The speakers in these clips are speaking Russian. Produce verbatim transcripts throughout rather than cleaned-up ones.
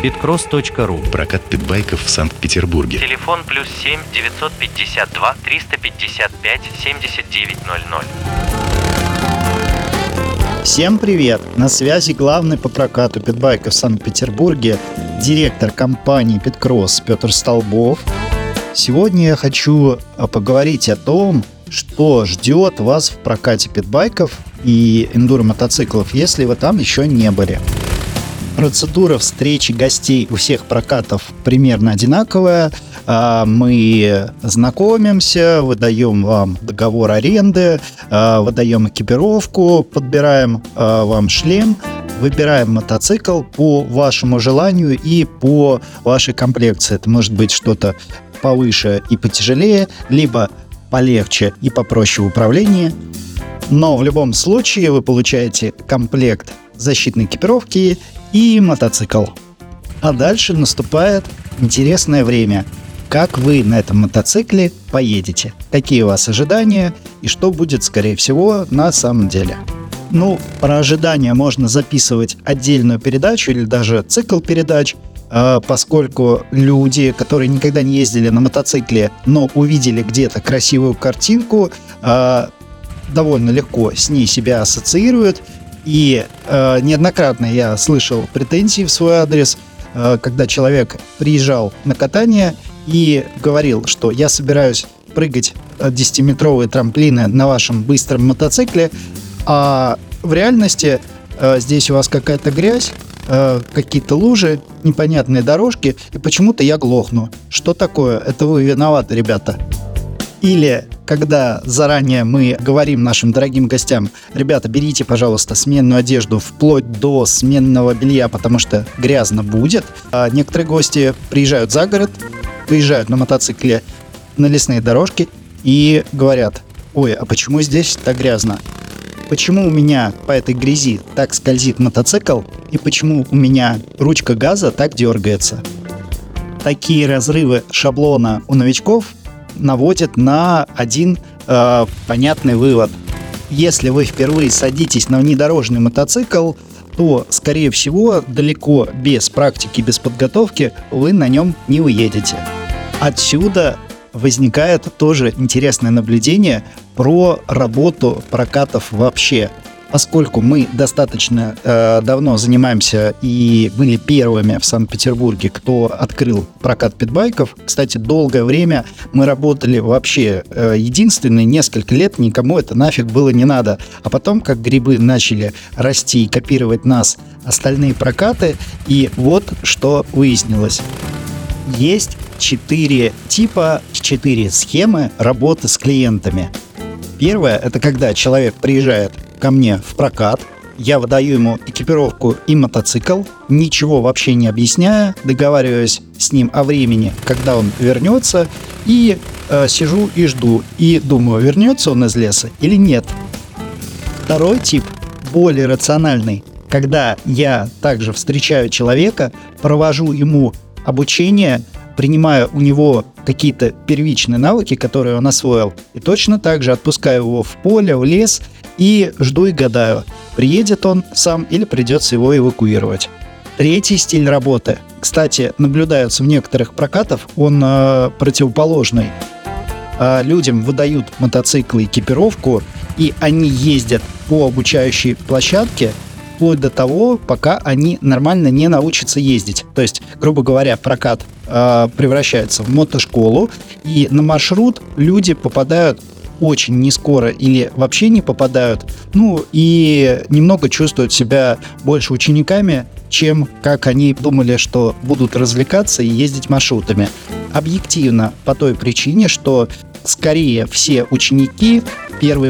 питкросс точка ру. Прокат питбайков в Санкт-Петербурге. Телефон плюс семь девятьсот пятьдесят два триста пятьдесят пять семьдесят девять ноль ноль. Всем привет! На связи главный по прокату питбайков в Санкт-Петербурге, директор компании «Питкросс» Петр Столбов. Сегодня я хочу поговорить о том, что ждет вас в прокате питбайков и эндуро-мотоциклов, если вы там еще не были. Процедура встречи гостей у всех прокатов примерно одинаковая. Мы знакомимся, выдаем вам договор аренды, выдаем экипировку, подбираем вам шлем, выбираем мотоцикл по вашему желанию и по вашей комплекции. Это может быть что-то повыше и потяжелее, либо полегче и попроще в управлении. Но в любом случае вы получаете комплект защитной экипировки и мотоцикл. А дальше наступает интересное время. Как вы на этом мотоцикле поедете? Какие у вас ожидания и что будет, скорее всего, на самом деле? Ну, про ожидания можно записывать отдельную передачу или даже цикл передач, поскольку люди, которые никогда не ездили на мотоцикле, но увидели где-то красивую картинку, довольно легко с ней себя ассоциируют. И э, неоднократно я слышал претензии в свой адрес, э, когда человек приезжал на катание и говорил, что я собираюсь прыгать десятиметровые трамплины на вашем быстром мотоцикле, а в реальности э, здесь у вас какая-то грязь, э, какие-то лужи, непонятные дорожки, и почему-то я глохну. Что такое? Это вы виноваты, ребята. Или когда заранее мы говорим нашим дорогим гостям: ребята, берите, пожалуйста, сменную одежду вплоть до сменного белья, потому что грязно будет. А некоторые гости приезжают за город, приезжают на мотоцикле на лесные дорожки и говорят: ой, а почему здесь так грязно? Почему у меня по этой грязи так скользит мотоцикл? И почему у меня ручка газа так дергается? Такие разрывы шаблона у новичков наводит на один э, понятный вывод. Если вы впервые садитесь на внедорожный мотоцикл, то, скорее всего, далеко без практики, без подготовки вы на нем не уедете. Отсюда возникает тоже интересное наблюдение про работу прокатов вообще. Поскольку мы достаточно э, давно занимаемся и были первыми в Санкт-Петербурге, кто открыл прокат питбайков. Кстати, долгое время мы работали вообще э, единственные, несколько лет никому это нафиг было не надо. А потом, как грибы начали расти и копировать нас остальные прокаты, и вот что выяснилось. Есть четыре типа, четыре схемы работы с клиентами. Первое – это когда человек приезжает ко мне в прокат, я выдаю ему экипировку и мотоцикл, ничего вообще не объясняя, договариваюсь с ним о времени, когда он вернется, и э, сижу и жду, и думаю, вернется он из леса или нет. Второй тип, более рациональный, когда я также встречаю человека, провожу ему обучение, принимаю у него какие-то первичные навыки, которые он освоил, и точно так же отпускаю его в поле, в лес и жду и гадаю, приедет он сам или придется его эвакуировать. Третий стиль работы, кстати, наблюдается в некоторых прокатах, он э, противоположный. Э, людям выдают мотоциклы, экипировку, и они ездят по обучающей площадке вплоть до того, пока они нормально не научатся ездить. То есть, грубо говоря, прокат э, превращается в мотошколу, и на маршрут люди попадают очень нескоро или вообще не попадают, ну и немного чувствуют себя больше учениками, чем как они думали, что будут развлекаться и ездить маршрутами. Объективно по той причине, что скорее все ученики первые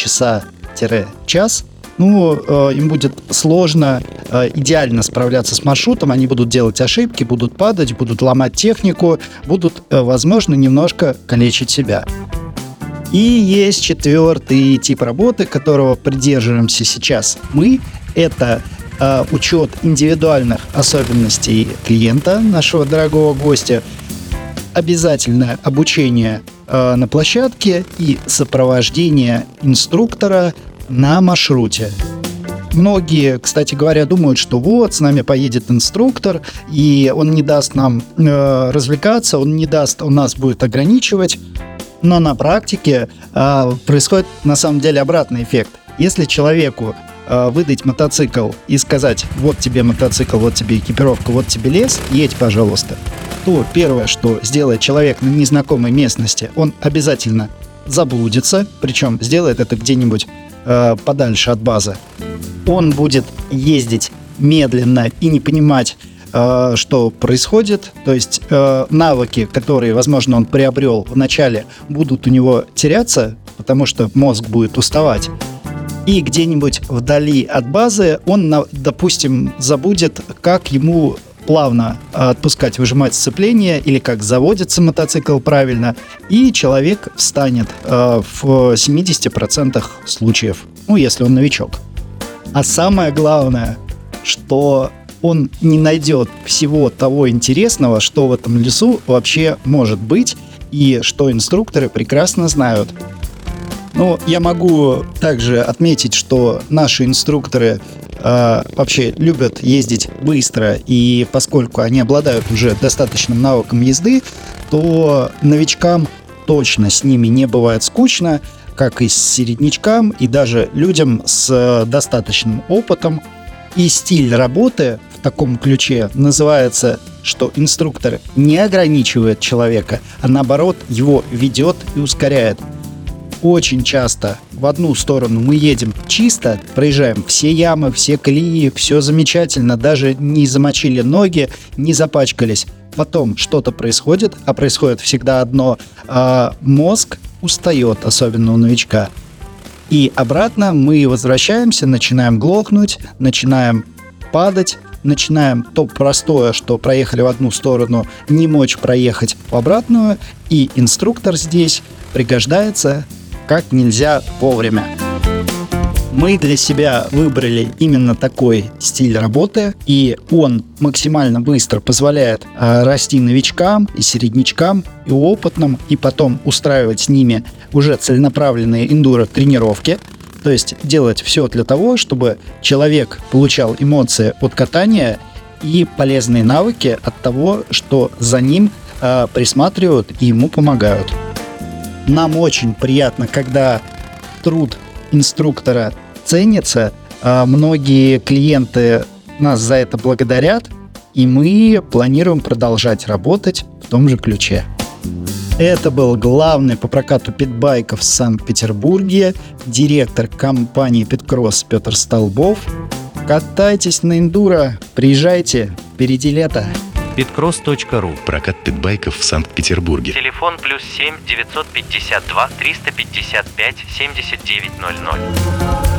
полчаса-час ну, э, им будет сложно э, идеально справляться с маршрутом, они будут делать ошибки, будут падать, будут ломать технику, будут, э, возможно, немножко калечить себя. И есть четвертый тип работы, которого придерживаемся сейчас мы. Это э, учет индивидуальных особенностей клиента, нашего дорогого гостя, обязательное обучение э, на площадке и сопровождение инструктора на маршруте. многие, кстати говоря, думают, что вот, с нами поедет инструктор, и он не даст нам э, развлекаться, он не даст, он нас будет ограничивать. Но на практике э, происходит на самом деле обратный эффект. Если человеку э, выдать мотоцикл и сказать: вот тебе мотоцикл, вот тебе экипировка, вот тебе лес, едь, пожалуйста, то первое, что сделает человек на незнакомой местности, он обязательно заблудится, причем сделает это где-нибудь э, подальше от базы. Он будет ездить медленно и не понимать, э, что происходит. То есть э, навыки, которые, возможно, он приобрел в начале, будут у него теряться, потому что мозг будет уставать. И где-нибудь вдали от базы он, допустим, забудет, как ему плавно отпускать, выжимать сцепление, или как заводится мотоцикл правильно, и человек встанет э, в семьдесят процентов случаев, ну, если он новичок. А самое главное, что он не найдет всего того интересного, что в этом лесу вообще может быть, и что инструкторы прекрасно знают. Ну, я могу также отметить, что наши инструкторы э, вообще любят ездить быстро, и поскольку они обладают уже достаточным навыком езды, то новичкам точно с ними не бывает скучно, как и с середнячкам, и даже людям с достаточным опытом. И стиль работы в таком ключе называется, что инструктор не ограничивает человека, а наоборот его ведет и ускоряет. Очень часто в одну сторону мы едем чисто, проезжаем все ямы, все колеи, все замечательно, даже не замочили ноги, не запачкались. Потом что-то происходит, а происходит всегда одно: а мозг устает, особенно у новичка. И обратно мы возвращаемся, начинаем глохнуть, начинаем падать, начинаем то простое, что проехали в одну сторону, не мочь проехать в обратную, и инструктор здесь пригождается как нельзя вовремя. Мы для себя выбрали именно такой стиль работы, и он максимально быстро позволяет э, расти новичкам и середнячкам, и опытным, и потом устраивать с ними уже целенаправленные эндуро-тренировки. То есть делать все для того, чтобы человек получал эмоции от катания и полезные навыки от того, что за ним э, присматривают и ему помогают. Нам очень приятно, когда труд инструктора ценится. Многие клиенты нас за это благодарят, и мы планируем продолжать работать в том же ключе. Это был главный по прокату питбайков в Санкт-Петербурге, директор компании «Питкросс» Петр Столбов. Катайтесь на эндуро, приезжайте, впереди лето. питкросс точка ру. Прокат питбайков в Санкт-Петербурге. Телефон плюс семь девятьсот пятьдесят два триста пятьдесят пять семьдесят девять ноль ноль.